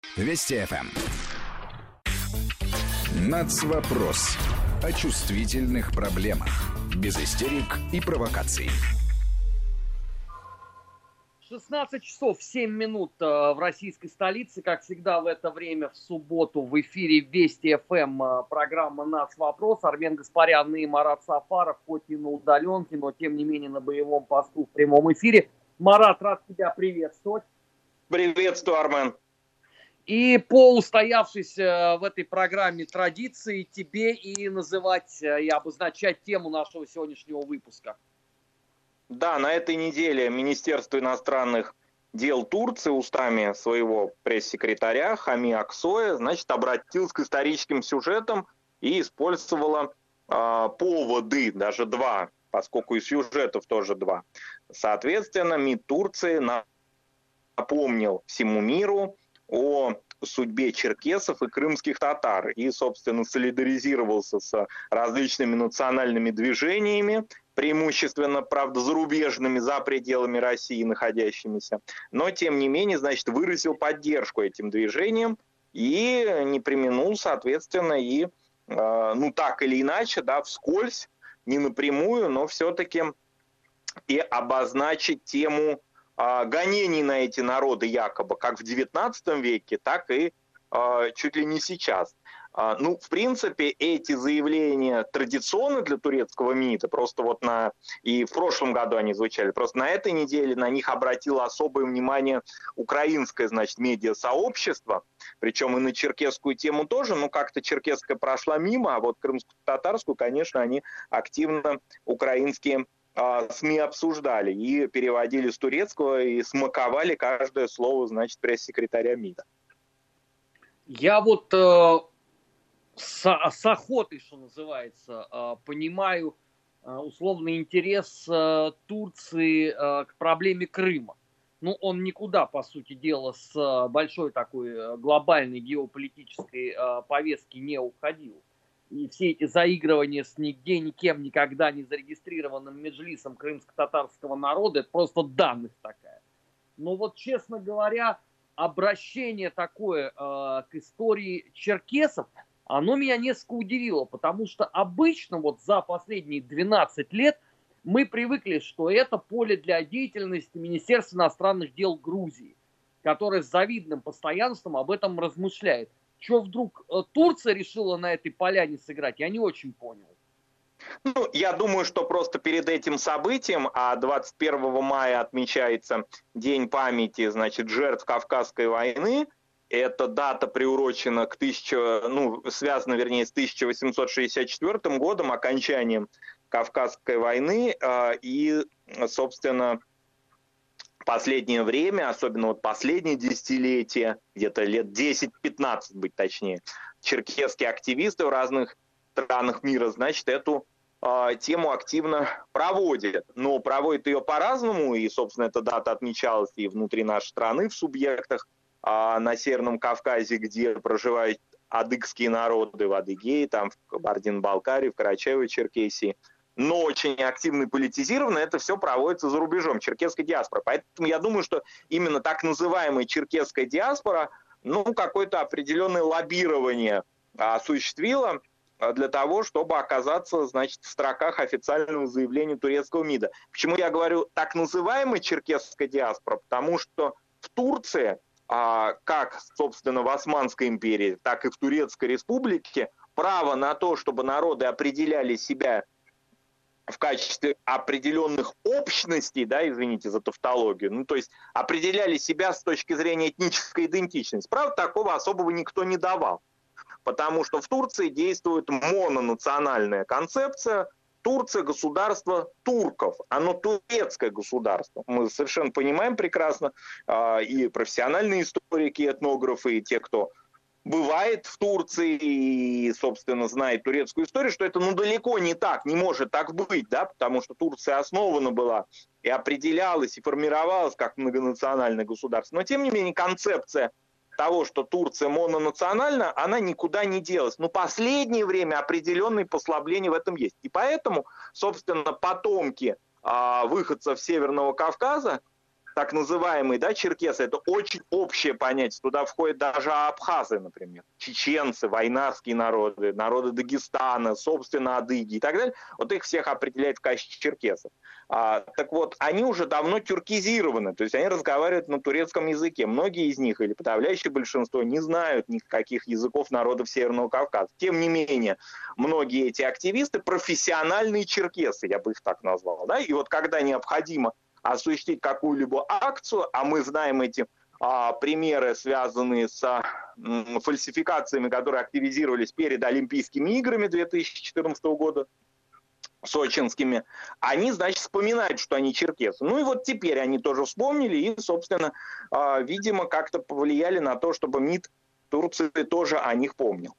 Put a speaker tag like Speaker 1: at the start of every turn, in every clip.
Speaker 1: Вести ФМ. Нацвопрос. О чувствительных проблемах. Без истерик и провокаций.
Speaker 2: 16 часов 7 минут в российской столице. Как всегда в это время в субботу в эфире Вести ФМ программа «Нацвопрос». Армен Гаспарян и Марат Сафаров, хоть и на удаленке, но тем не менее на боевом посту в прямом эфире. Марат, рад тебя приветствовать.
Speaker 3: Приветствую, Армен.
Speaker 2: И по устоявшейся в этой программе традиции тебе и называть, и обозначать тему нашего сегодняшнего выпуска.
Speaker 3: Да, на этой неделе Министерство иностранных дел Турции устами своего пресс-секретаря Хами Аксоя, обратилось к историческим сюжетам и использовало поводы, даже два, поскольку и сюжетов тоже два. Соответственно, МИД Турции напомнил всему миру о судьбе черкесов и крымских татар и, собственно, солидаризировался с различными национальными движениями, преимущественно, правда, зарубежными, за пределами России находящимися, но, тем не менее, выразил поддержку этим движениям и не преминул, соответственно, и, так или иначе, вскользь, не напрямую, но все-таки и обозначить тему гонений на эти народы якобы как в XIX веке, так и чуть ли не сейчас. В принципе, эти заявления традиционны для турецкого МИДа, и в прошлом году они звучали, просто на этой неделе на них обратило особое внимание украинское, медиасообщество, причем и на черкесскую тему тоже, как-то черкесская прошла мимо, а вот крымско-татарскую, конечно, они активно украинские СМИ обсуждали и переводили с турецкого и смаковали каждое слово, пресс-секретаря МИДа.
Speaker 2: Я с охотой, что называется, понимаю условный интерес Турции к проблеме Крыма. Он никуда, по сути дела, с большой такой глобальной геополитической повестки не уходил. И все эти заигрывания с нигде, никем, никогда не зарегистрированным меджлисом крымско-татарского народа, это просто данность такая. Но честно говоря, обращение такое к истории черкесов, оно меня несколько удивило, потому что обычно за последние 12 лет мы привыкли, что это поле для деятельности Министерства иностранных дел Грузии, которое с завидным постоянством об этом размышляет. Что вдруг Турция решила на этой поляне сыграть, я не очень понял.
Speaker 3: Я думаю, что просто перед этим событием, а 21 мая отмечается День памяти, жертв Кавказской войны, эта дата приурочена связана, с 1864 годом, окончанием Кавказской войны, и, собственно, последнее время, особенно последние десятилетия, где-то лет 10-15 быть точнее, черкесские активисты в разных странах мира, эту тему активно проводят. Но проводят ее по-разному, и, собственно, эта дата отмечалась и внутри нашей страны, в субъектах на Северном Кавказе, где проживают адыгские народы, в Адыгее, в Кабардино-Балкарии, в Карачаево-Черкесии. Но очень активно и политизированно это все проводится за рубежом, черкесская диаспора. Поэтому я думаю, что именно так называемая черкесская диаспора, какое-то определенное лоббирование осуществила для того, чтобы оказаться, в строках официального заявления турецкого МИДа. Почему я говорю так называемая черкесская диаспора? Потому что в Турции, как, собственно, в Османской империи, так и в Турецкой республике, право на то, чтобы народы определяли себя в качестве определенных общностей, извините за тавтологию, то есть определяли себя с точки зрения этнической идентичности. Правда, такого особого никто не давал, потому что в Турции действует мононациональная концепция. Турция – государство турков, оно турецкое государство. Мы совершенно понимаем прекрасно, и профессиональные историки, этнографы, и те, кто бывает в Турции и, собственно, знает турецкую историю, что это далеко не так, не может так быть, потому что Турция основана была и определялась, и формировалась как многонациональное государство. Но, тем не менее, концепция того, что Турция мононациональна, она никуда не делась. Но последнее время определенные послабления в этом есть. И поэтому, собственно, потомки выходцев Северного Кавказа так называемые, да, черкесы, это очень общее понятие. Туда входят даже абхазы, например, чеченцы, войнарские народы, народы Дагестана, собственно, адыги и так далее. Вот их всех определяют в качестве черкесов. Так вот, они уже давно тюркизированы, то есть они разговаривают на турецком языке. Многие из них, или подавляющее большинство, не знают никаких языков народов Северного Кавказа. Тем не менее, многие эти активисты профессиональные черкесы, я бы их так назвал. Да? И вот когда необходимо осуществить какую-либо акцию, а мы знаем эти примеры, связанные с фальсификациями, которые активизировались перед Олимпийскими играми 2014 года, сочинскими, они, значит, вспоминают, что они черкесы. Ну и вот теперь они тоже вспомнили и, собственно, видимо, как-то повлияли на то, чтобы МИД Турции тоже о них помнил.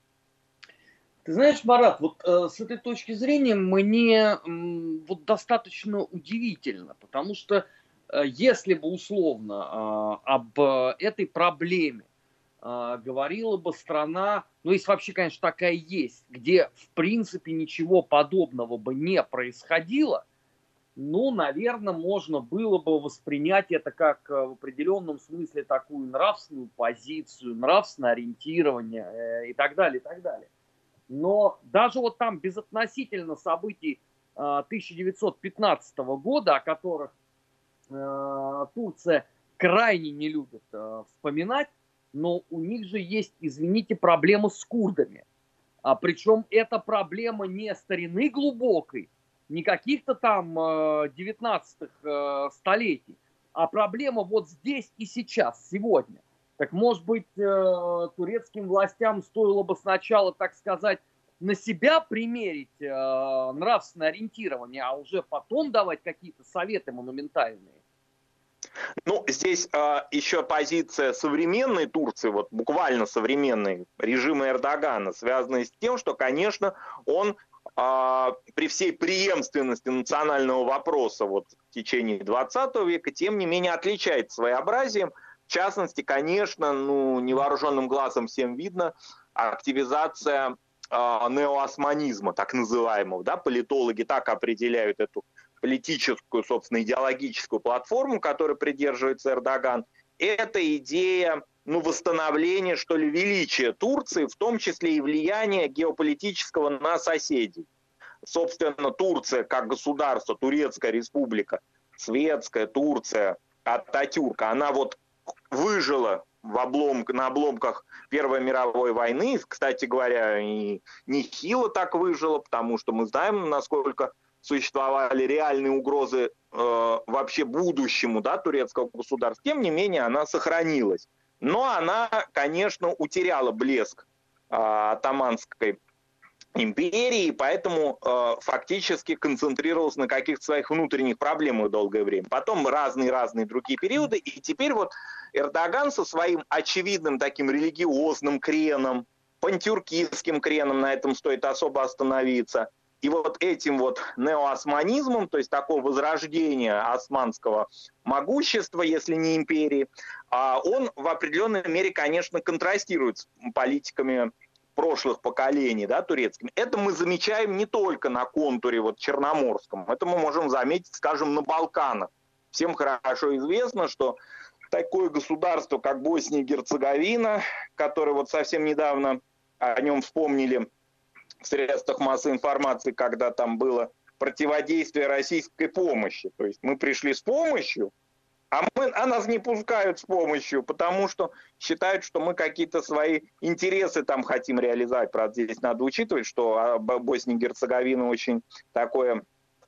Speaker 2: Ты знаешь, Марат, вот с этой точки зрения мне вот достаточно удивительно, потому что если бы условно об этой проблеме говорила бы страна, ну если вообще, конечно, такая есть, где в принципе ничего подобного бы не происходило, ну, наверное, можно было бы воспринять это как в определенном смысле такую нравственную позицию, нравственное ориентирование и так далее, и так далее. Но даже вот там безотносительно событий 1915 года, о которых Турция крайне не любит вспоминать, но у них же есть, извините, проблема с курдами. Причем эта проблема не старины глубокой, не каких-то там 19-х столетий, а проблема вот здесь и сейчас, сегодня. Так, может быть, турецким властям стоило бы сначала, так сказать, на себя примерить нравственное ориентирование, а уже потом давать какие-то советы монументальные?
Speaker 3: Ну, здесь еще позиция современной Турции, вот буквально современной режима Эрдогана, связанная с тем, что, конечно, он при всей преемственности национального вопроса вот, в течение 20 века, тем не менее, отличается своеобразием. В частности, конечно, ну, невооруженным глазом всем видно активизация неоосманизма, так называемого. Да? Политологи так определяют эту политическую, собственно, идеологическую платформу, которой придерживается Эрдоган. Это идея восстановления, что ли, величия Турции, в том числе и влияния геополитического на соседей. Собственно, Турция как государство, Турецкая республика, светская Турция, Ататюрка, она вот выжила на обломках Первой мировой войны. Кстати говоря, и нехило так выжила, потому что мы знаем, насколько существовали реальные угрозы вообще будущему, да, турецкого государства. Тем не менее, она сохранилась. Но она, конечно, утеряла блеск Оттоманской империи, поэтому фактически концентрировалась на каких-то своих внутренних проблемах долгое время. Потом разные другие периоды. И теперь вот Эрдоган со своим очевидным таким религиозным креном, пантюркистским креном, на этом стоит особо остановиться, и вот этим вот неоосманизмом, то есть такое возрождение османского могущества, если не империи, он в определенной мере, конечно, контрастирует с политиками прошлых поколений, да, турецкими. Это мы замечаем не только на контуре вот черноморском, это мы можем заметить, скажем, на Балканах. Всем хорошо известно, что такое государство, как Босния и Герцеговина, которое вот совсем недавно о нем вспомнили в средствах массовой информации, когда там было противодействие российской помощи. То есть мы пришли с помощью, а нас не пускают с помощью, потому что считают, что мы какие-то свои интересы там хотим реализовать. Правда, здесь надо учитывать, что Босния и Герцеговина очень такое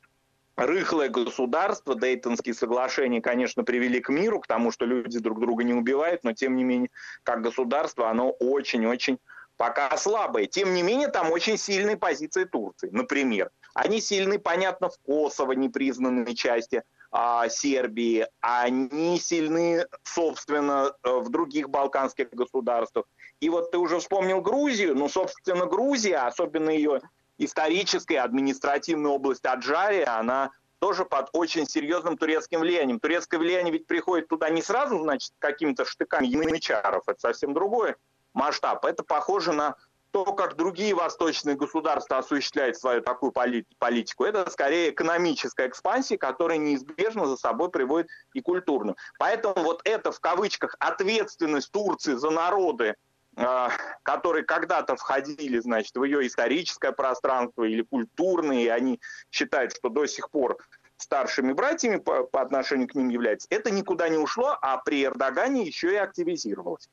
Speaker 3: рыхлое государство. Дейтонские соглашения, конечно, привели к миру, к тому, что люди друг друга не убивают, но тем не менее, как государство, оно очень-очень пока слабые. Тем не менее, там очень сильные позиции Турции. Например, они сильны, понятно, в Косово, непризнанной части Сербии. Они сильны, собственно, в других балканских государствах. И вот ты уже вспомнил Грузию. Ну, собственно, Грузия, особенно ее историческая, административная область Аджария, она тоже под очень серьезным турецким влиянием. Турецкое влияние ведь приходит туда не сразу, значит, какими-то штыками янычаров. Это совсем другое масштаб. Это похоже на то, как другие восточные государства осуществляют свою такую политику, это скорее экономическая экспансия, которая неизбежно за собой приводит и культурную. Поэтому вот это, в кавычках, ответственность Турции за народы, которые когда-то входили, значит, в ее историческое пространство или культурное, и они считают, что до сих пор старшими братьями по отношению к ним являются, это никуда не ушло, а при Эрдогане еще и активизировалось.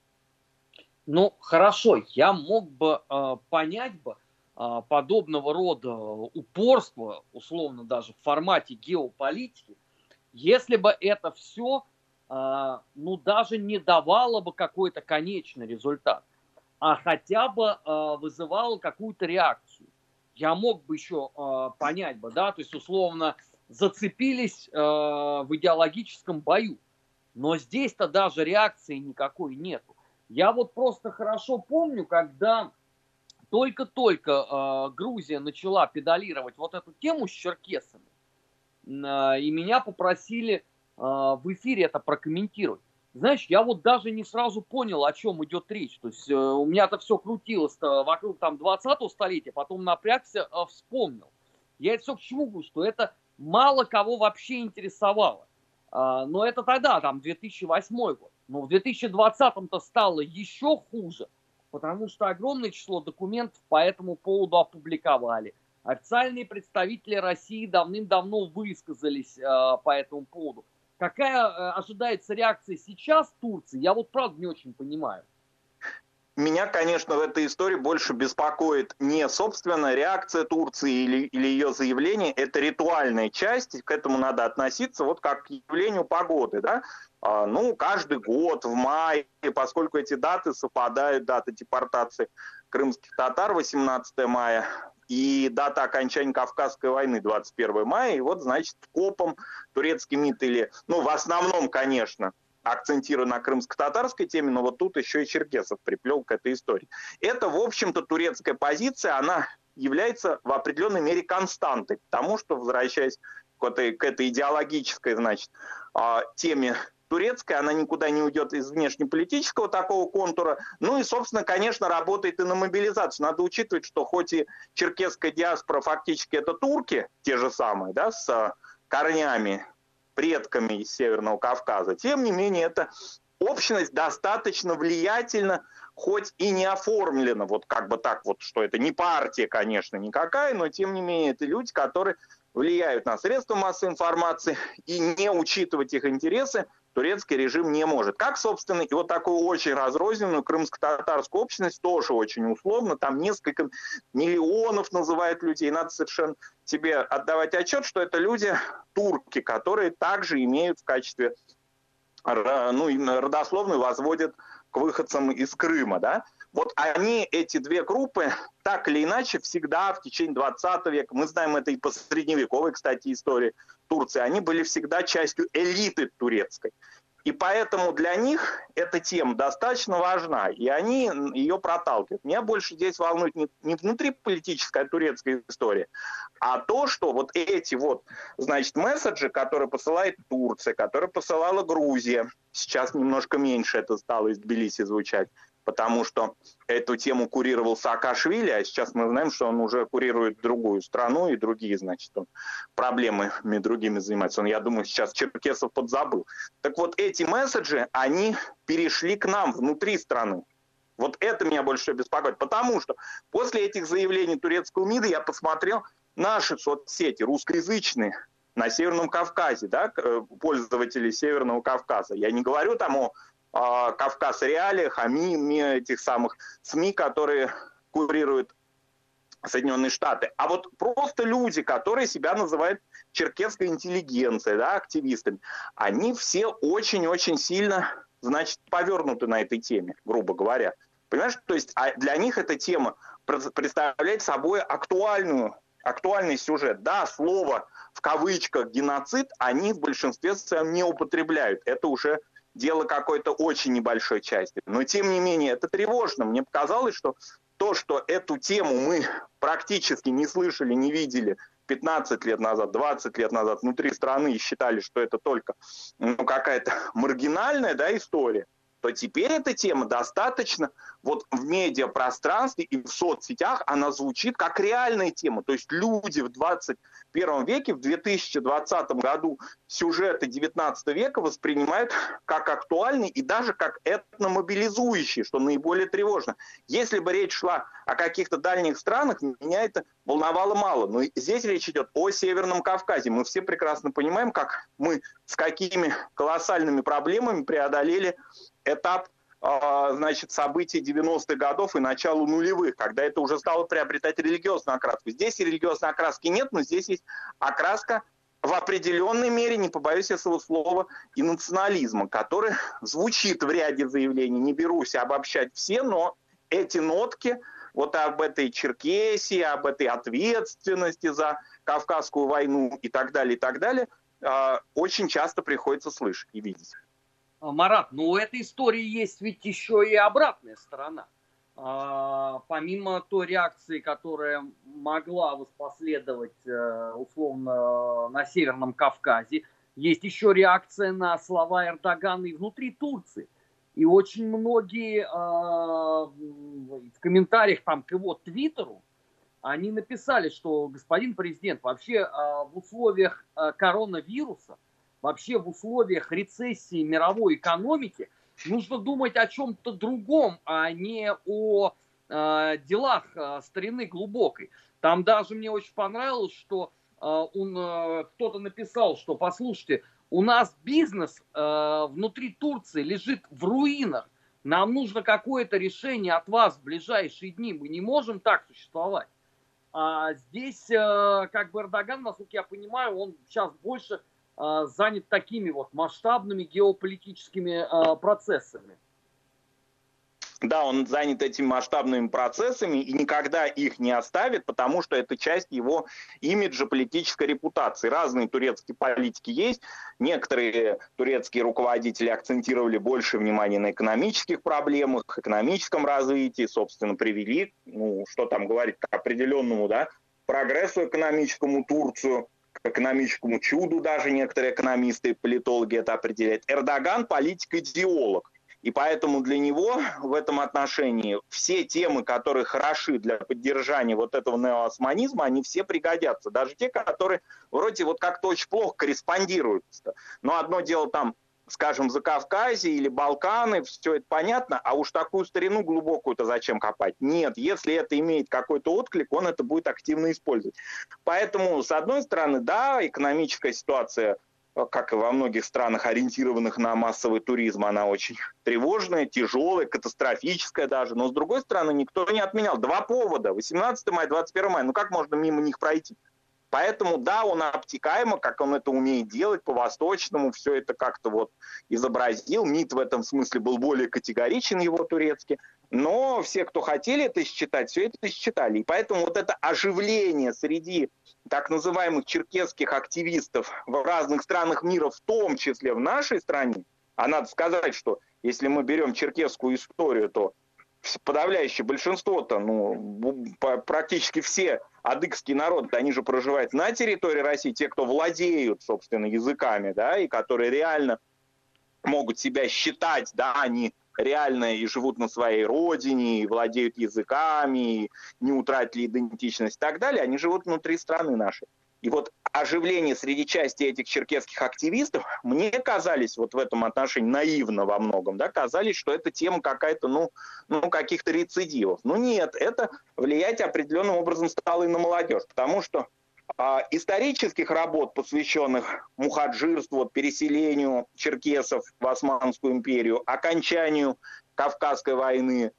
Speaker 2: Ну, хорошо, я мог бы понять бы подобного рода упорство, условно даже в формате геополитики, если бы это все, ну, даже не давало бы какой-то конечный результат, а хотя бы вызывало какую-то реакцию. Я мог бы еще понять бы, да, то есть, условно, зацепились в идеологическом бою, но здесь-то даже реакции никакой нету. Я вот просто хорошо помню, когда только-только Грузия начала педалировать вот эту тему с черкесами, и меня попросили в эфире это прокомментировать. Знаешь, я вот даже не сразу понял, о чем идет речь. То есть у меня-то все крутилось вокруг там 20-го столетия, потом напрягся, вспомнил. Я это все к чему говорю, что это мало кого вообще интересовало. Но это тогда, там, 2008 год. Но в 2020-м-то стало еще хуже, потому что огромное число документов по этому поводу опубликовали. Официальные представители России давным-давно высказались по этому поводу. Какая ожидается реакция сейчас Турции, я вот правда не очень понимаю.
Speaker 3: Меня, конечно, в этой истории больше беспокоит не, собственно, реакция Турции или ее заявление. Это ритуальная часть, к этому надо относиться вот как к явлению погоды, да. Ну, каждый год в мае, поскольку эти даты совпадают, дата депортации крымских татар 18 мая и дата окончания Кавказской войны 21 мая, и вот, значит, скопом турецкий МИД или, ну, в основном, конечно, акцентирую на крымско-татарской теме, но вот тут еще и черкесов приплел к этой истории. Это, в общем-то, турецкая позиция, она является в определенной мере константой, потому что, возвращаясь к этой идеологической, значит, теме турецкой, она никуда не уйдет из внешнеполитического такого контура. Ну и, собственно, конечно, работает и на мобилизацию. Надо учитывать, что хоть и черкесская диаспора фактически это турки, те же самые, да, с корнями, предками из Северного Кавказа, тем не менее, эта общность достаточно влиятельна, хоть и не оформлена, вот как бы так вот, что это не партия, конечно, никакая, но тем не менее, это люди, которые влияют на средства массовой информации, и не учитывать их интересы турецкий режим не может. Как, собственно, и вот такую очень разрозненную крымско-татарскую общность, тоже очень условно, там несколько миллионов называют людей, надо совершенно себе отдавать отчет, что это люди турки, которые также имеют в качестве, ну, родословную возводят к выходцам из Крыма, да. Вот они, эти две группы, так или иначе, всегда в течение 20 века, мы знаем это и по средневековой, кстати, истории Турции, они были всегда частью элиты турецкой. И поэтому для них эта тема достаточно важна, и они ее проталкивают. Меня больше здесь волнует не внутриполитическая турецкая история, а то, что вот эти вот, значит, месседжи, которые посылает Турция, которые посылала Грузия, сейчас немножко меньше это стало из Тбилиси звучать, потому что эту тему курировал Саакашвили, а сейчас мы знаем, что он уже курирует другую страну и другие, значит, он проблемами другими занимается. Он, я думаю, сейчас черкесов подзабыл. Так вот, эти месседжи, они перешли к нам внутри страны. Вот это меня больше всего беспокоит, потому что после этих заявлений турецкого МИДа я посмотрел наши соцсети русскоязычные на Северном Кавказе, да, пользователи Северного Кавказа. Я не говорю там о Кавказ реалиях, этих самых СМИ, которые курируют Соединенные Штаты, а вот просто люди, которые себя называют черкесской интеллигенцией, да, активистами, они все очень-очень сильно, значит, повернуты на этой теме, грубо говоря. Понимаешь, то есть для них эта тема представляет собой актуальный сюжет. Да, слово в кавычках геноцид они в большинстве своем не употребляют. Это уже дело какой-то очень небольшой части. Но, тем не менее, это тревожно. Мне показалось, что то, что эту тему мы практически не слышали, не видели 15 лет назад, 20 лет назад внутри страны и считали, что это только какая-то маргинальная, да, история, то теперь эта тема достаточно вот в медиапространстве и в соцсетях она звучит как реальная тема. То есть люди в 21 веке, в 2020 году сюжеты 19 века воспринимают как актуальные и даже как этномобилизующие, что наиболее тревожно. Если бы речь шла о каких-то дальних странах, меня это волновало мало. Но здесь речь идет о Северном Кавказе. Мы все прекрасно понимаем, как мы с какими колоссальными проблемами преодолели этап событий 90-х годов и начала нулевых, когда это уже стало приобретать религиозную окраску. Здесь религиозной окраски нет, но здесь есть окраска в определенной мере, не побоюсь этого слова, и национализма, который звучит в ряде заявлений. Не берусь обобщать все, но эти нотки вот об этой Черкесии, об этой ответственности за Кавказскую войну и так далее, очень часто приходится слышать и видеть.
Speaker 2: Марат, ну у этой истории есть ведь еще и обратная сторона. Помимо той реакции, которая могла воспоследовать условно на Северном Кавказе, есть еще реакция на слова Эрдогана и внутри Турции. И очень многие в комментариях там, к его твиттеру, они написали, что господин президент, вообще в условиях коронавируса, вообще в условиях рецессии мировой экономики нужно думать о чем-то другом, а не о делах старины глубокой. Там даже мне очень понравилось, что кто-то написал, что, послушайте, у нас бизнес внутри Турции лежит в руинах. Нам нужно какое-то решение от вас в ближайшие дни. Мы не можем так существовать. А здесь, как бы Эрдоган, насколько я понимаю, он сейчас больше занят такими вот масштабными геополитическими процессами.
Speaker 3: Да, он занят этими масштабными процессами и никогда их не оставит, потому что это часть его имиджа, политической репутации. Разные турецкие политики есть. Некоторые турецкие руководители акцентировали больше внимания на экономических проблемах, экономическом развитии, собственно, привели, что там говорить, к определенному, прогрессу экономическому Турцию, к экономическому чуду даже некоторые экономисты и политологи это определяют. Эрдоган политик-идеолог. И поэтому для него в этом отношении все темы, которые хороши для поддержания вот этого неоосманизма, они все пригодятся. Даже те, которые вроде вот как-то очень плохо корреспондируются. Но одно дело там, скажем, Закавказье или Балканы, все это понятно, а уж такую старину глубокую-то зачем копать? Нет, если это имеет какой-то отклик, он это будет активно использовать. Поэтому, с одной стороны, да, экономическая ситуация, как и во многих странах, ориентированных на массовый туризм, она очень тревожная, тяжелая, катастрофическая даже. Но, с другой стороны, никто не отменял. Два повода, 18 мая, 21 мая. Как можно мимо них пройти? Поэтому, да, он обтекаемо, как он это умеет делать, по-восточному, все это как-то вот изобразил. МИД в этом смысле был более категоричен, его турецкий. Но все, кто хотели это считать, все это считали. И поэтому вот это оживление среди так называемых черкесских активистов в разных странах мира, в том числе в нашей стране, а надо сказать, что если мы берем черкесскую историю, то подавляющее большинство-то, практически все адыгские народы, они же проживают на территории России, те, кто владеют, собственно, языками, и которые реально могут себя считать, они реально и живут на своей родине, и владеют языками, и не утратили идентичность и так далее, они живут внутри страны нашей. И вот оживление среди части этих черкесских активистов, мне казались вот в этом отношении наивно во многом, казались, что это тема какая-то, каких-то рецидивов. Но нет, это влиять определенным образом стало и на молодежь, потому что исторических работ, посвященных мухаджирству, переселению черкесов в Османскую империю, окончанию Кавказской войны,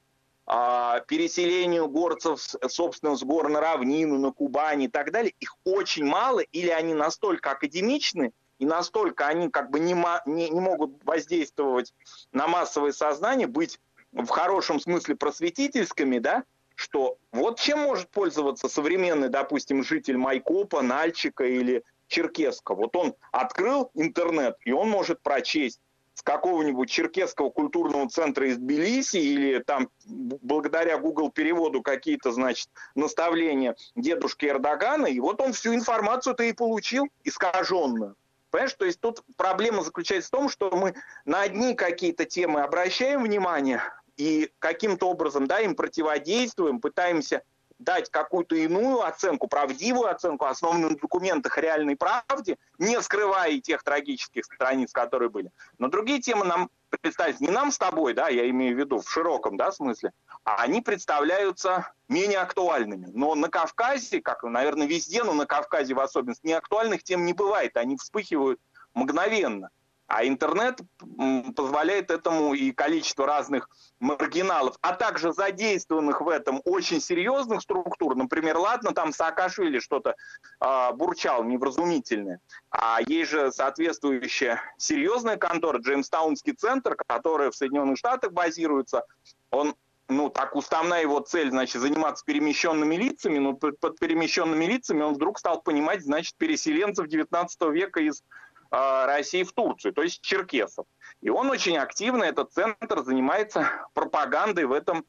Speaker 3: переселению горцев, собственно, с гор на равнину, на Кубани и так далее, их очень мало, или они настолько академичны, и настолько они как бы не могут воздействовать на массовое сознание, быть в хорошем смысле просветительскими, что вот чем может пользоваться современный, допустим, житель Майкопа, Нальчика или Черкесска. Вот он открыл интернет, и он может прочесть с какого-нибудь черкесского культурного центра из Тбилиси или там благодаря Google переводу какие-то, наставления дедушки Эрдогана, и вот он всю информацию-то и получил искаженную. Понимаешь, то есть тут проблема заключается в том, что мы на одни какие-то темы обращаем внимание и каким-то образом, да, им противодействуем, пытаемся дать какую-то иную оценку, правдивую оценку, основанную на документах реальной правде, не скрывая и тех трагических страниц, которые были. Но другие темы нам представляются не нам с тобой, да, я имею в виду в широком, да, смысле, а они представляются менее актуальными. Но на Кавказе, как, наверное, везде, но на Кавказе в особенности, неактуальных тем не бывает, они вспыхивают мгновенно. А интернет позволяет этому и количество разных маргиналов, а также задействованных в этом очень серьезных структур. Например, ладно, там Саакашвили что-то бурчал невразумительное, а есть же соответствующая серьезная контора, Джеймстаунский центр, которая в Соединенных Штатах базируется. Он, так уставная его цель, значит, заниматься перемещенными лицами, но под перемещенными лицами он вдруг стал понимать, значит, переселенцев 19 века из России в Турцию, то есть черкесов. И он очень активно, этот центр, занимается пропагандой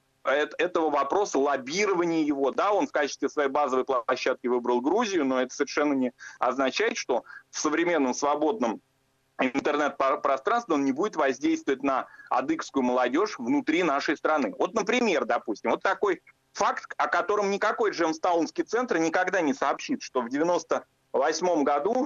Speaker 3: этого вопроса, лоббирования его. Да, он в качестве своей базовой площадки выбрал Грузию, но это совершенно не означает, что в современном свободном интернет-пространстве он не будет воздействовать на адыгскую молодежь внутри нашей страны. Вот, например, допустим, вот такой факт, о котором никакой Джеймстаунский центр никогда не сообщит, что в 1998 году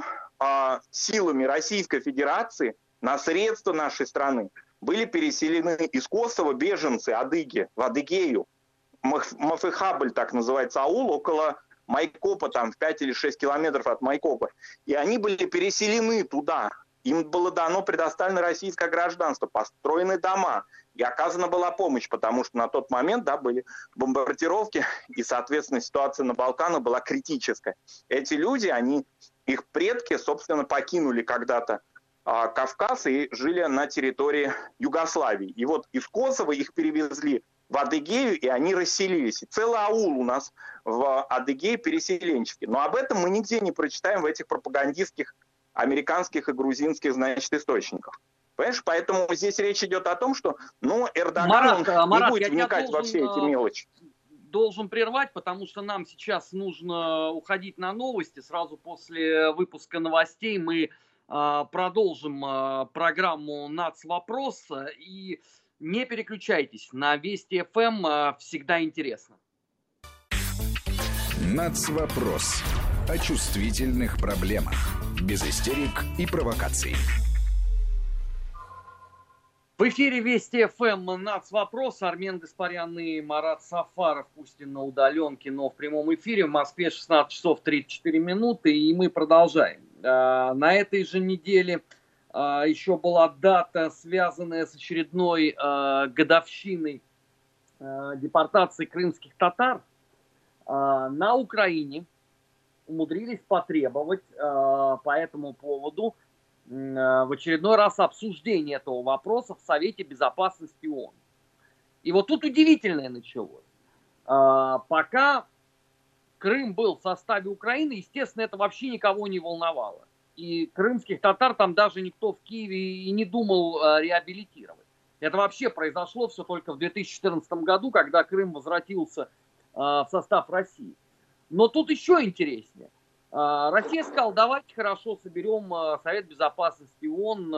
Speaker 3: силами Российской Федерации на средства нашей страны были переселены из Косово беженцы адыги в Адыгею. Мафыхабль, так называется аул, около Майкопа, там в 5 или 6 километров от Майкопа. И они были переселены туда. Им было дано, предоставлено российское гражданство, построены дома. И оказана была помощь, потому что на тот момент, да, были бомбардировки, и, соответственно, ситуация на Балканах была критическая. Эти люди, их предки, собственно, покинули когда-то Кавказ и жили на территории Югославии. И вот из Косово их перевезли в Адыгею, и они расселились. И целый аул у нас в Адыгее переселенческий. Но об этом мы нигде не прочитаем в этих пропагандистских американских и грузинских, значит, источниках. Понимаешь? Поэтому здесь речь идет о том, что Эрдоган не будет вникать во все эти мелочи.
Speaker 2: Должен прервать, потому что нам сейчас нужно уходить на новости. Сразу после выпуска новостей мы продолжим программу «Нацвопрос». И не переключайтесь, на Вести ФМ всегда интересно.
Speaker 1: «Нацвопрос» о чувствительных проблемах, без истерик и провокаций.
Speaker 2: В эфире Вести ФМ «Нацвопрос». Армен Гаспарян и Марат Сафаров, пусть и на удаленке, но в прямом эфире. В Москве 16 часов 34 минуты, и мы продолжаем. На этой же неделе еще была дата, связанная с очередной годовщиной депортации крымских татар. На Украине умудрились потребовать по этому поводу в очередной раз обсуждение этого вопроса в Совете Безопасности ООН. И вот тут удивительное началось. Пока Крым был в составе Украины, естественно, это вообще никого не волновало. И крымских татар там даже никто в Киеве и не думал реабилитировать. Это вообще произошло все только в 2014 году, когда Крым возвратился в состав России. Но тут еще интереснее. Россия сказала, давайте хорошо соберем Совет Безопасности ООН,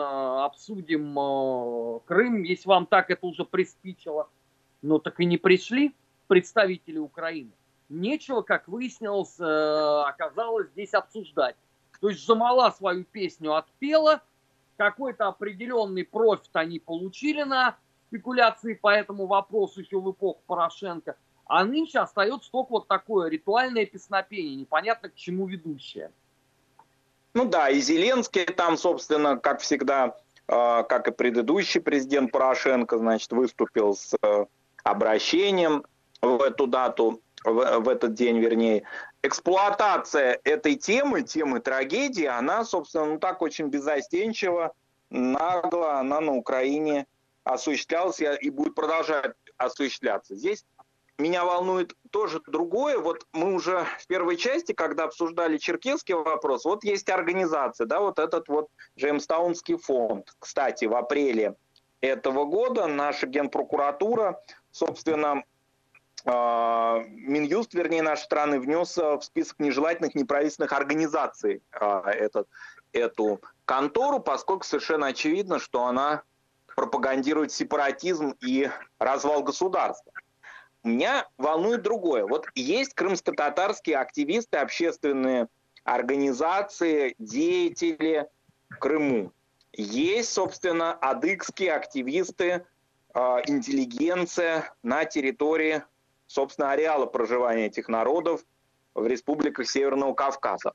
Speaker 2: обсудим Крым, если вам так это уже приспичило. Но так и не пришли представители Украины. Нечего, как выяснилось, оказалось здесь обсуждать. То есть Джамала свою песню отпела, какой-то определенный профит они получили на спекуляции по этому вопросу еще в эпоху Порошенко. А нынче остается только вот такое ритуальное песнопение, непонятно к чему ведущее.
Speaker 3: Ну да, и Зеленский там, собственно, как всегда, как и предыдущий президент Порошенко, значит, выступил с обращением в эту дату, в этот день, вернее. Эксплуатация этой темы трагедии, она, собственно, так очень беззастенчиво, нагло, она на Украине осуществлялась и будет продолжать осуществляться. Здесь меня волнует тоже другое. Вот мы уже в первой части, когда обсуждали черкесский вопрос, вот есть организация, да, вот этот вот Джеймстаунский фонд. Кстати, в апреле этого года наша генпрокуратура, собственно, Минюст, вернее, нашей страны внес в список нежелательных неправительственных организаций эту контору, поскольку совершенно очевидно, что она пропагандирует сепаратизм и развал государства. Меня волнует другое. Вот есть крымско-татарские активисты, общественные организации, деятели в Крыму. Есть, собственно, адыгские активисты, интеллигенция на территории, собственно, ареала проживания этих народов в республиках Северного Кавказа.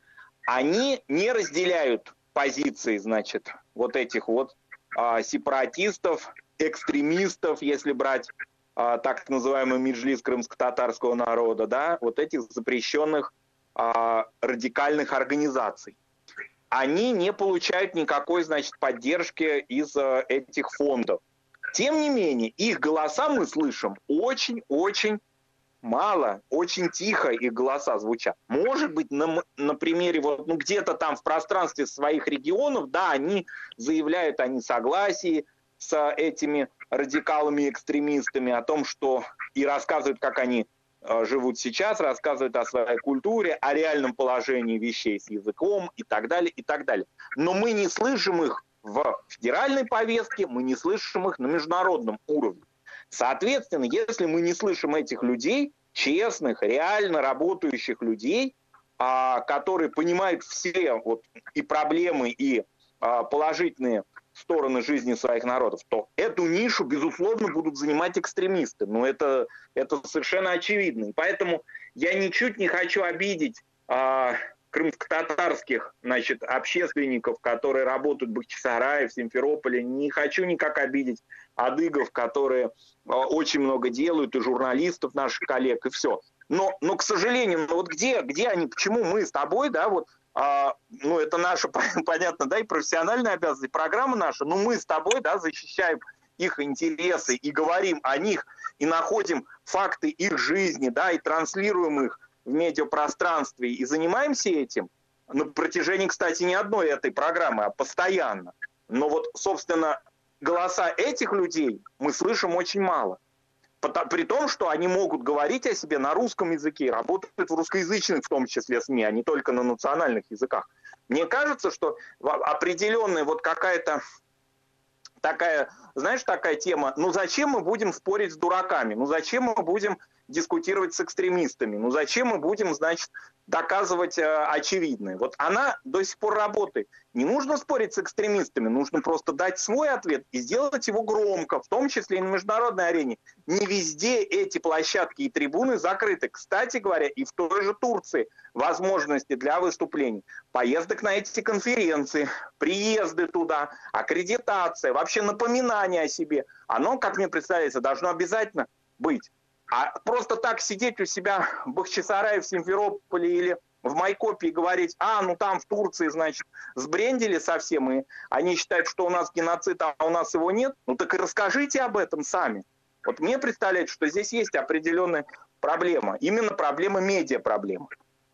Speaker 3: Они не разделяют позиции, значит, вот этих вот сепаратистов, экстремистов, если брать так называемый меджлис крымско-татарского народа, да, вот этих запрещенных радикальных организаций. Они не получают никакой, значит, поддержки из этих фондов. Тем не менее, их голоса мы слышим очень-очень мало, очень тихо их голоса звучат. Может быть, на примере вот, где-то там в пространстве своих регионов, да, они заявляют о несогласии с этими радикалами-экстремистами, о том, что и рассказывают, как они живут сейчас, рассказывают о своей культуре, о реальном положении вещей с языком и так далее, и так далее. Но мы не слышим их в федеральной повестке, мы не слышим их на международном уровне. Соответственно, если мы не слышим этих людей, честных, реально работающих людей, которые понимают все вот, и проблемы, и положительные стороны жизни своих народов, то эту нишу, безусловно, будут занимать экстремисты. Но это совершенно очевидно. И поэтому я ничуть не хочу обидеть крымско-татарских, значит, общественников, которые работают в Бахчисарае, в Симферополе. Не хочу никак обидеть адыгов, которые очень много делают, и журналистов наших коллег, и все. Но к сожалению, вот где они, почему мы с тобой, да, вот, это наша, понятно, да, и профессиональная обязанность, и программа наша, но мы с тобой, да, защищаем их интересы и говорим о них, и находим факты их жизни, да, и транслируем их в медиапространстве, и занимаемся этим на протяжении, кстати, не одной этой программы, а постоянно. Но вот, собственно, голоса этих людей мы слышим очень мало. При том, что они могут говорить о себе на русском языке, работают в русскоязычных, в том числе, СМИ, а не только на национальных языках. Мне кажется, что определенная вот какая-то такая, знаешь, такая тема, зачем мы будем спорить с дураками, зачем мы будем дискутировать с экстремистами, зачем мы будем, значит, доказывать очевидное. Вот она до сих пор работает. Не нужно спорить с экстремистами, нужно просто дать свой ответ и сделать его громко, в том числе и на международной арене. Не везде эти площадки и трибуны закрыты. Кстати говоря, и в той же Турции возможности для выступлений, поездок на эти конференции, приезды туда, аккредитация, вообще напоминание о себе. Оно, как мне представляется, должно обязательно быть. А просто так сидеть у себя в Бахчисарае, в Симферополе или в Майкопе и говорить, там в Турции, значит, сбрендили совсем, и они считают, что у нас геноцид, а у нас его нет, так и расскажите об этом сами. Вот мне представляется, что здесь есть определенная проблема, именно проблема, медиапроблема.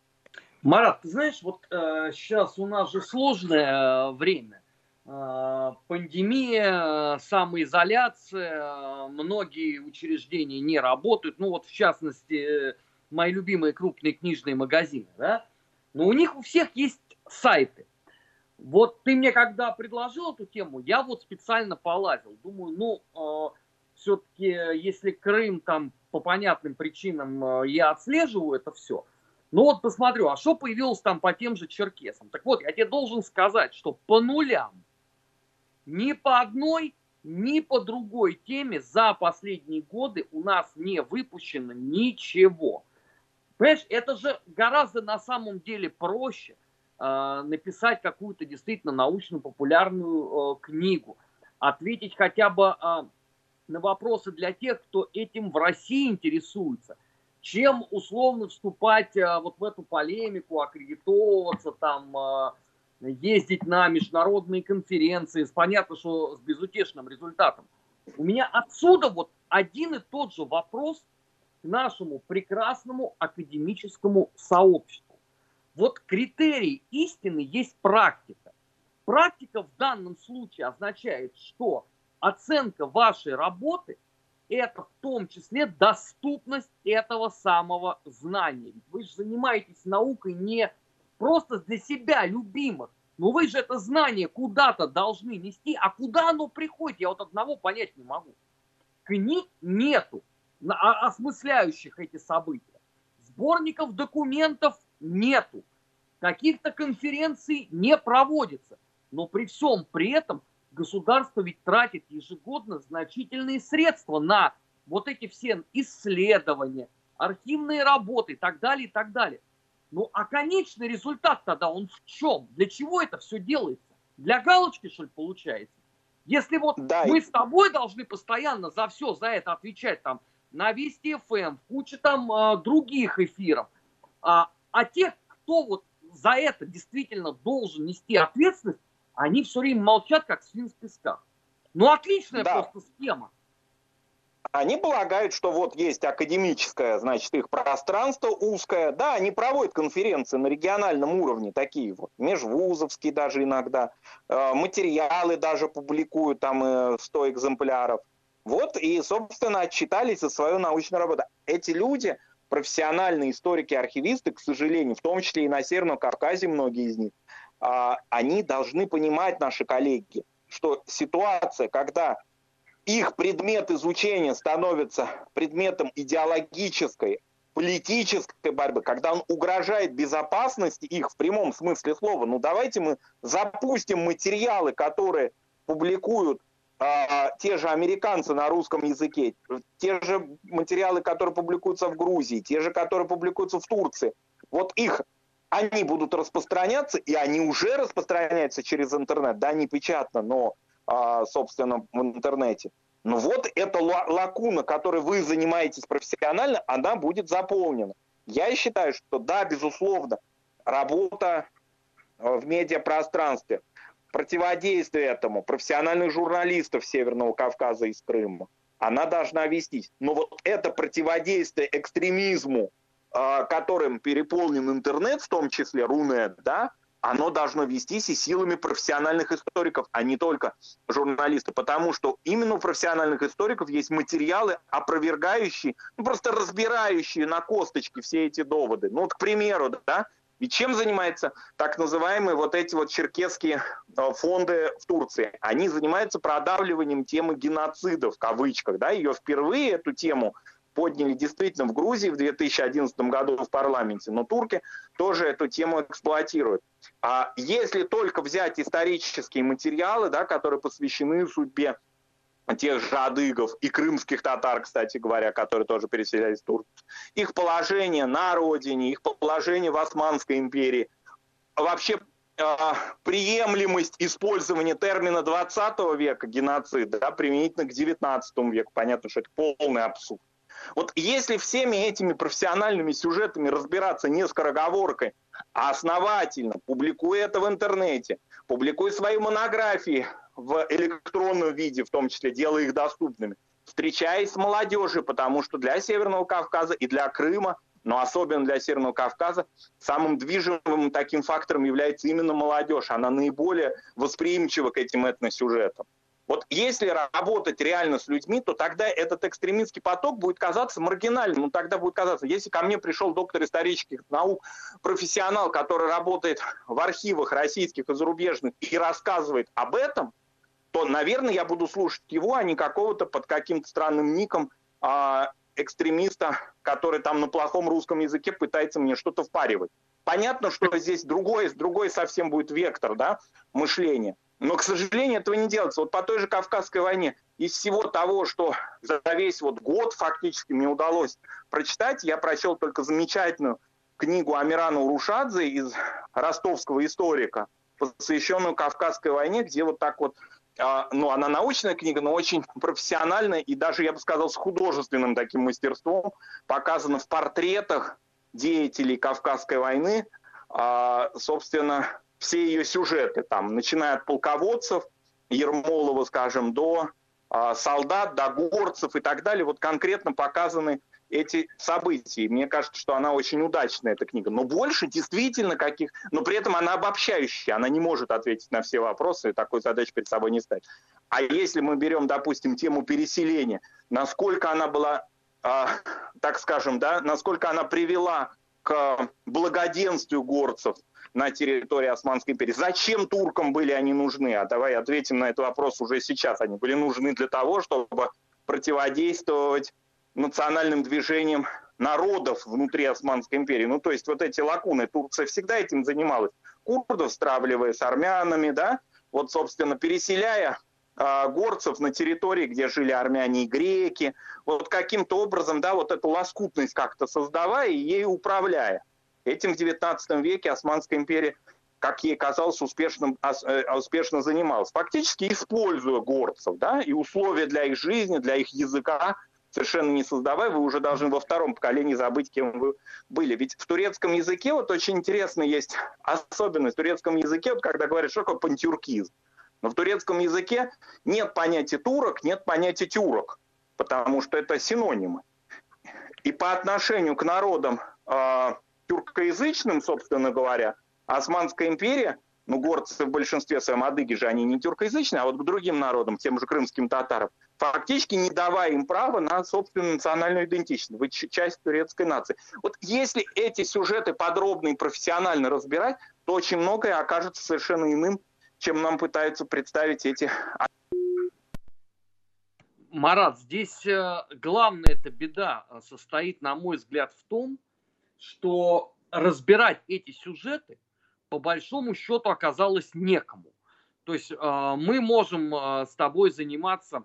Speaker 2: Марат, ты знаешь, вот сейчас у нас же сложное время. Пандемия, самоизоляция, многие учреждения не работают. В частности, мои любимые крупные книжные магазины, да? Но у них у всех есть сайты. Вот ты мне когда предложил эту тему, я вот специально полазил. Думаю, все-таки, если Крым там по понятным причинам я отслеживаю это все, посмотрю, а что появилось там по тем же черкесам. Так вот, я тебе должен сказать, что по нулям ни по одной, ни по другой теме за последние годы у нас не выпущено ничего. Понимаешь, это же гораздо на самом деле проще написать какую-то действительно научно-популярную книгу, ответить хотя бы на вопросы для тех, кто этим в России интересуется, чем условно вступать вот в эту полемику, аккредитовываться там, ездить на международные конференции, понятно, что с безутешным результатом. У меня отсюда вот один и тот же вопрос к нашему прекрасному академическому сообществу. Вот критерий истины есть практика. Практика в данном случае означает, что оценка вашей работы – это в том числе доступность этого самого знания. Ведь вы же занимаетесь наукой не просто для себя любимых, Но вы же это знание куда-то должны нести, а куда оно приходит, я вот одного понять не могу. Книг нету, осмысляющих эти события. Сборников документов нету. Каких-то конференций не проводится. Но при всем при этом государство ведь тратит ежегодно значительные средства на вот эти все исследования, архивные работы и так далее, и так далее. Ну, а конечный результат тогда он в чем? Для чего это все делается? Для галочки, что ли, получается? Если вот мы с тобой должны постоянно за все за это отвечать, там, на Вести ФМ, в куче там других эфиров, а те, кто вот за это действительно должен нести ответственность, они все время молчат, как свин в песках. Ну, отличная просто схема.
Speaker 3: Они полагают, что вот есть академическое, значит, их пространство узкое. Да, они проводят конференции на региональном уровне, такие вот, межвузовские даже иногда. Материалы даже публикуют, там 100 экземпляров. Вот, и, собственно, отчитались за свою научную работу. Эти люди, профессиональные историки, архивисты, к сожалению, в том числе и на Северном Кавказе многие из них, они должны понимать, наши коллеги, что ситуация, когда их предмет изучения становится предметом идеологической, политической борьбы, когда он угрожает безопасности их в прямом смысле слова. Ну, давайте мы запустим материалы, которые публикуют те же американцы на русском языке, те же материалы, которые публикуются в Грузии, те же, которые публикуются в Турции. Вот их, они будут распространяться, и они уже распространяются через интернет. Да, не печатно, но собственно, в интернете. Но вот эта лакуна, которой вы занимаетесь профессионально, она будет заполнена. Я считаю, что да, безусловно, работа в медиапространстве, противодействие этому, профессиональных журналистов Северного Кавказа и из Крыма, она должна вестись. Но вот это противодействие экстремизму, которым переполнен интернет, в том числе Рунет, да, оно должно вестись и силами профессиональных историков, а не только журналистов. Потому что именно у профессиональных историков есть материалы, опровергающие, ну, просто разбирающие на косточке все эти доводы. Ну вот, к примеру, да, ведь чем занимаются так называемые вот эти вот черкесские фонды в Турции? Они занимаются продавливанием темы геноцида, в кавычках, да, ее впервые, эту тему, подняли действительно в Грузии в 2011 году в парламенте, но турки тоже эту тему эксплуатируют. А если только взять исторические материалы, да, которые посвящены судьбе тех же адыгов и крымских татар, кстати говоря, которые тоже переселялись в Турцию, их положение на родине, их положение в Османской империи, вообще приемлемость использования термина 20 века, геноцид, да, применительно к 19 веку, понятно, что это полный абсурд. Вот если всеми этими профессиональными сюжетами разбираться не скороговоркой, а основательно, публикуя это в интернете, публикуя свои монографии в электронном виде, в том числе делая их доступными, встречаясь с молодежью, потому что для Северного Кавказа и для Крыма, но особенно для Северного Кавказа, самым движимым таким фактором является именно молодежь. Она наиболее восприимчива к этим этносюжетам. Вот если работать реально с людьми, то тогда этот экстремистский поток будет казаться маргинальным. Ну, тогда будет казаться, если ко мне пришел доктор исторических наук, профессионал, который работает в архивах российских и зарубежных и рассказывает об этом, то, наверное, я буду слушать его, а не какого-то под каким-то странным ником экстремиста, который там на плохом русском языке пытается мне что-то впаривать. Понятно, что здесь другой совсем будет вектор, да, мышления. Но, к сожалению, этого не делается. Вот по той же Кавказской войне из всего того, что за весь вот год фактически мне удалось прочитать, я прочел только замечательную книгу Амирана Урушадзе из ростовского историка, посвященную Кавказской войне, где вот так вот, ну, она научная книга, но очень профессиональная и даже, я бы сказал, с художественным таким мастерством показана в портретах деятелей Кавказской войны, собственно, все ее сюжеты, там, начиная от полководцев, Ермолова, скажем, до солдат, до горцев и так далее, вот конкретно показаны эти события. Мне кажется, что она очень удачная, эта книга. Но больше действительно каких... Но при этом она обобщающая, она не может ответить на все вопросы, и такой задачи перед собой не ставить. А если мы берем, допустим, тему переселения, насколько она была, так скажем, да, насколько она привела к благоденствию горцев на территории Османской империи. Зачем туркам были они нужны? А давай ответим на этот вопрос уже сейчас. Они были нужны для того, чтобы противодействовать национальным движениям народов внутри Османской империи. Ну, то есть вот эти лакуны, Турция всегда этим занималась. Курдов стравливая с армянами, да, вот, собственно, переселяя горцев на территории, где жили армяне и греки, вот каким-то образом, да, вот эту лоскутность как-то создавая и ею управляя. Этим в XIX веке Османская империя, как ей казалось, успешно занималась. Фактически используя горцев, да, и условия для их жизни, для их языка, совершенно не создавая, вы уже должны во втором поколении забыть, кем вы были. Ведь в турецком языке вот очень интересно есть особенность. В турецком языке, вот когда говорят, что такое пантюркизм, но в турецком языке нет понятия турок, нет понятия тюрок, потому что это синонимы. И по отношению к народам тюркоязычным, собственно говоря, Османская империя, ну, горцы в большинстве своем, адыги же, они не тюркоязычные, а вот к другим народам, тем же крымским татарам, фактически не давая им права на собственную национальную идентичность, быть часть турецкой нации. Вот если эти сюжеты подробно и профессионально разбирать, то очень многое окажется совершенно иным, чем нам пытаются представить эти...
Speaker 2: Марат, здесь главная эта беда состоит, на мой взгляд, в том, что разбирать эти сюжеты по большому счету оказалось некому. То есть мы можем с тобой заниматься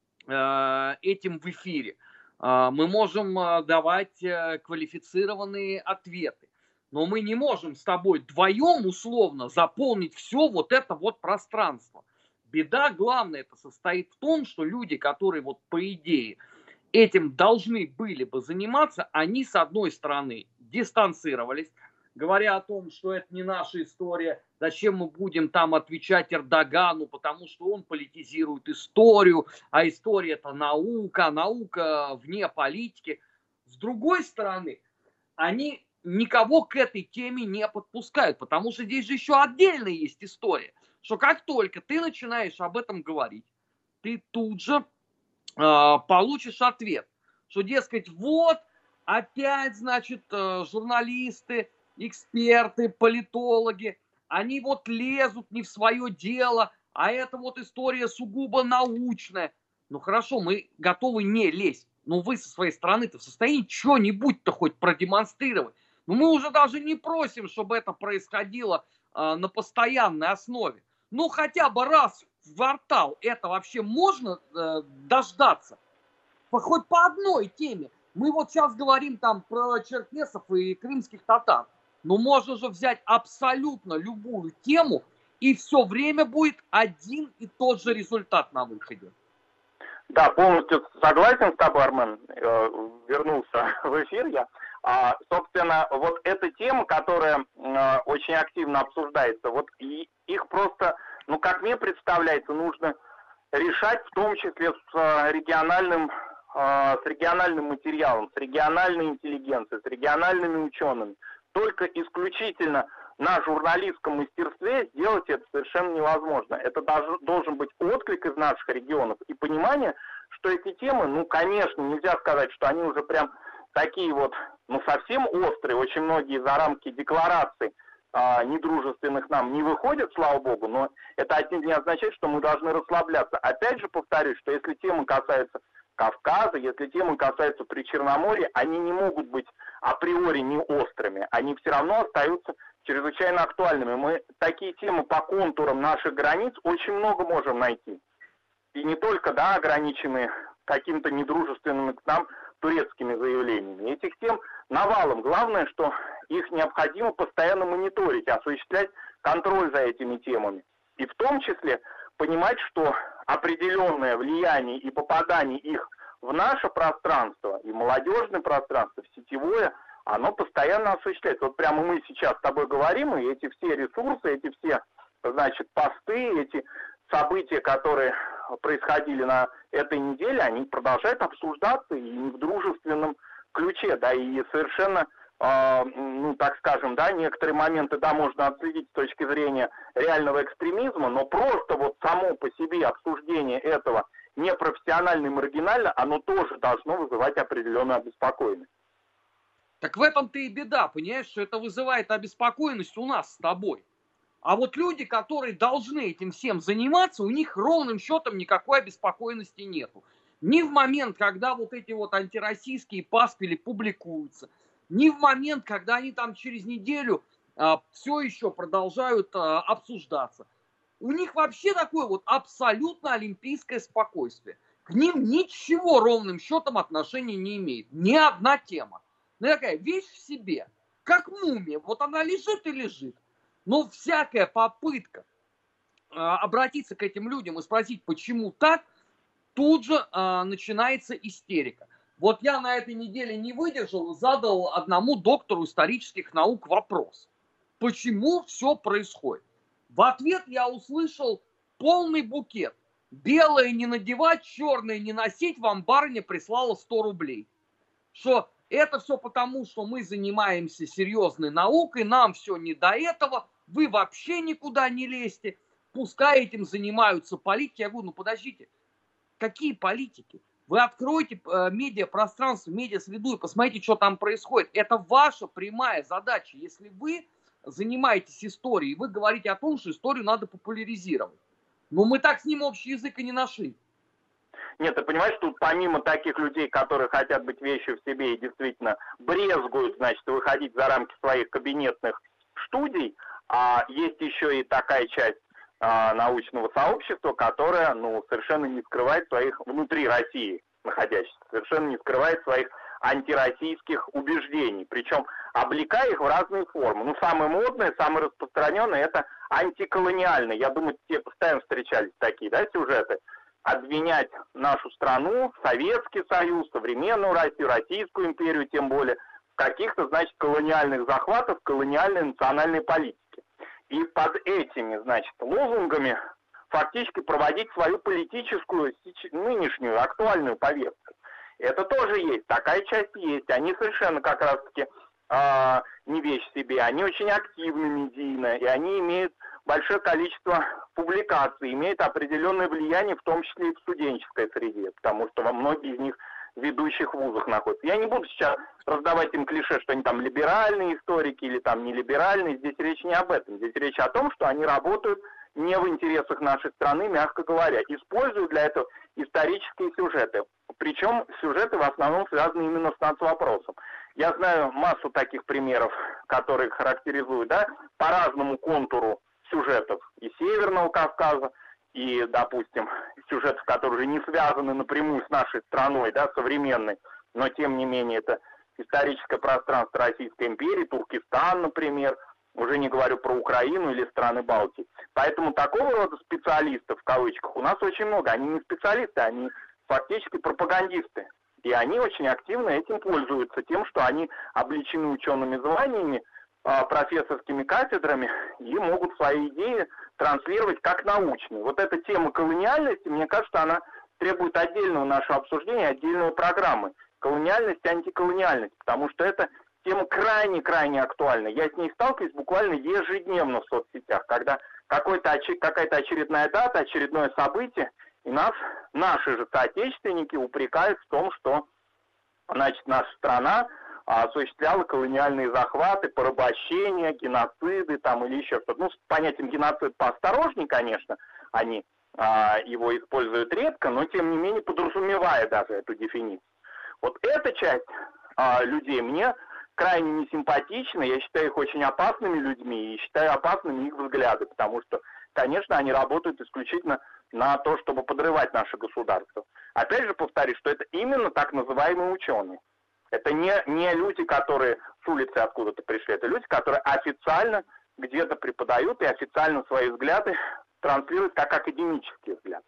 Speaker 2: этим в эфире. Мы можем давать квалифицированные ответы. Но мы не можем с тобой вдвоем условно заполнить все вот это вот пространство. Беда главная это состоит в том, что люди, которые вот по идее этим должны были бы заниматься, они с одной стороны дистанцировались, говоря о том, что это не наша история, зачем мы будем там отвечать Эрдогану, потому что он политизирует историю, а история это наука, наука вне политики. С другой стороны, они никого к этой теме не подпускают, потому что здесь же еще отдельно есть история, что как только ты начинаешь об этом говорить, ты тут же получишь ответ, что, дескать, вот опять, значит, журналисты, эксперты, политологи, они вот лезут не в свое дело, а это вот история сугубо научная. Ну хорошо, мы готовы не лезть, но вы со своей стороны-то в состоянии что-нибудь-то хоть продемонстрировать. Но мы уже даже не просим, чтобы это происходило на постоянной основе. Ну хотя бы раз в квартал это вообще можно дождаться? Хоть по одной теме. Мы вот сейчас говорим там про черкесов и крымских татар. Но можно же взять абсолютно любую тему, и все время будет один и тот же результат на выходе.
Speaker 4: Да, полностью согласен с тобой, Армен. Вернулся в эфир я. Собственно, вот эта тема, которая очень активно обсуждается, вот их просто, ну, как мне представляется, нужно решать, в том числе с региональным материалом, с региональной интеллигенцией, с региональными учеными. Только исключительно на журналистском мастерстве сделать это совершенно невозможно. Это должен быть отклик из наших регионов и понимание, что эти темы, ну, конечно, нельзя сказать, что они уже прям такие вот, ну, совсем острые. Очень многие за рамки деклараций недружественных нам не выходят, слава богу, но это отнюдь не означает, что мы должны расслабляться. Опять же повторюсь, что если темы касаются Кавказа, если темы касаются Причерноморья, они не могут быть априори не острыми, они все равно остаются чрезвычайно актуальными. Мы такие темы по контурам наших границ очень много можем найти. И не только, да, ограничены какими-то недружественными к нам турецкими заявлениями. Этих тем навалом. Главное, что их необходимо постоянно мониторить, осуществлять контроль за этими темами. И в том числе понимать, что определенное влияние и попадание их в наше пространство, и молодежное пространство, в сетевое, оно постоянно осуществляется. Вот прямо мы сейчас с тобой говорим, и эти все ресурсы, эти все, значит, посты, эти события, которые происходили на этой неделе, они продолжают обсуждаться и не в дружественном ключе, да, и совершенно, ну, так скажем, да, некоторые моменты, да, можно отследить с точки зрения реального экстремизма, но просто вот само по себе обсуждение этого непрофессионально и маргинально, оно тоже должно вызывать определенную обеспокоенность.
Speaker 2: Так в этом-то и беда, понимаешь, что это вызывает обеспокоенность у нас с тобой. А вот люди, которые должны этим всем заниматься, у них ровным счетом никакой обеспокоенности нету. Ни в момент, когда вот эти вот антироссийские пасквили публикуются, ни в момент, когда они там через неделю все еще продолжают обсуждаться. У них вообще такое вот абсолютно олимпийское спокойствие. К ним ничего ровным счетом отношения не имеет. Ни одна тема. Ну, такая вещь в себе. Как мумия. Вот она лежит и лежит. Но всякая попытка обратиться к этим людям и спросить, почему так, тут же начинается истерика. Вот я на этой неделе не выдержал и задал одному доктору исторических наук вопрос. Почему все происходит? В ответ я услышал полный букет. Белое не надевать, черное не носить, вам барыня прислала 100 рублей. Что это все потому, что мы занимаемся серьезной наукой, нам все не до этого, вы вообще никуда не лезьте, пускай этим занимаются политики. Я говорю, ну подождите, какие политики? Вы откройте медиапространство, медиасреду и посмотрите, что там происходит. Это ваша прямая задача. Если вы занимаетесь историей, вы говорите о том, что историю надо популяризировать. Но мы так с ним общий язык и не нашли.
Speaker 4: Нет, ты понимаешь, тут помимо таких людей, которые хотят быть вещью в себе и действительно брезгуют, значит, выходить за рамки своих кабинетных студий, есть еще и такая часть научного сообщества, которая, совершенно не скрывает своих, внутри России находящихся, совершенно не скрывает своих антироссийских убеждений, причем облекая их в разные формы. Самое модное, самое распространенное — это антиколониальное. Я думаю, тебе постоянно встречались такие, сюжеты. Обвинять нашу страну, Советский Союз, современную Россию, Российскую империю, тем более, в каких-то, колониальных захватах, колониальной национальной политике. И под этими, лозунгами фактически проводить свою политическую, нынешнюю, актуальную повестку. Это тоже есть, такая часть есть. Они совершенно как раз-таки не вещь в себе, они очень активны медийно, и они имеют большое количество публикаций, имеют определенное влияние, в том числе и в студенческой среде, потому что многие из них в ведущих вузах находятся. Я не буду сейчас раздавать им клише, что они там либеральные историки или там не либеральные, здесь речь не об этом, здесь речь о том, что они работают не в интересах нашей страны, мягко говоря, используют для этого исторические сюжеты. Причем сюжеты в основном связаны именно с нацвопросом. Я знаю массу таких примеров, которые характеризуют, по разному контуру сюжетов и Северного Кавказа, и, допустим, сюжетов, которые уже не связаны напрямую с нашей страной, современной, но тем не менее это историческое пространство Российской империи, Туркестан, например, уже не говорю про Украину или страны Балтии. Поэтому такого рода специалистов, в кавычках, у нас очень много. Они не специалисты, они фактически пропагандисты. И они очень активно этим пользуются, тем, что они облечены учеными званиями, профессорскими кафедрами и могут свои идеи транслировать как научные. Вот эта тема колониальности, мне кажется, она требует отдельного нашего обсуждения, отдельной программы. Колониальность, антиколониальность, потому что это тема крайне-крайне актуальна. Я с ней сталкиваюсь буквально ежедневно в соцсетях, когда какая-то очередная дата, очередное событие, и нас, наши же соотечественники, упрекают в том, что, наша страна осуществляла колониальные захваты, порабощения, геноциды или еще что-то. С понятием геноцид поосторожней, конечно, они его используют редко, но тем не менее подразумевая даже эту дефиницию. Вот эта часть людей мне крайне несимпатична, я считаю их очень опасными людьми и считаю опасными их взгляды, потому что, конечно, они работают исключительно на то, чтобы подрывать наше государство. Опять же повторюсь, что это именно так называемые ученые. Это не люди, которые с улицы откуда-то пришли, это люди, которые официально где-то преподают и официально свои взгляды транслируют как академические взгляды.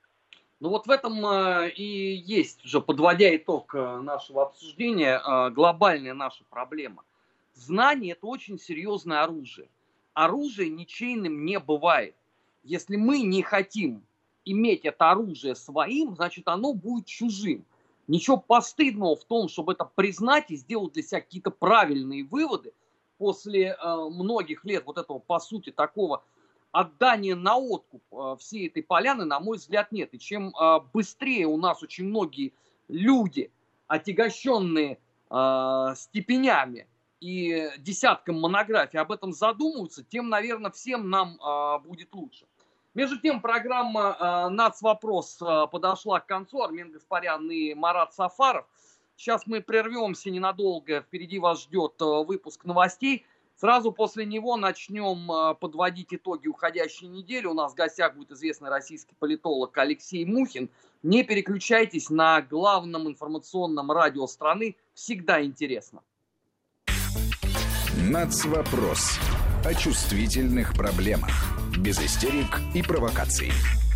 Speaker 2: Вот в этом и есть, уже подводя итог нашего обсуждения, глобальная наша проблема. Знание – это очень серьезное оружие. Оружие ничейным не бывает. Если мы не хотим иметь это оружие своим, значит оно будет чужим. Ничего постыдного в том, чтобы это признать и сделать для себя какие-то правильные выводы после многих лет вот этого, по сути, такого отдания на откуп всей этой поляны, на мой взгляд, нет. И чем быстрее у нас очень многие люди, отягощенные степенями и десятком монографий об этом задумаются, тем, наверное, всем нам будет лучше. Между тем, программа «Нацвопрос» подошла к концу. Армен Гаспарян и Марат Сафаров. Сейчас мы прервемся ненадолго. Впереди вас ждет выпуск новостей. Сразу после него начнем подводить итоги уходящей недели. У нас в гостях будет известный российский политолог Алексей Мухин. Не переключайтесь, на главном информационном радио страны. Всегда интересно.
Speaker 1: Нацвопрос. О чувствительных проблемах. Без истерик и провокаций.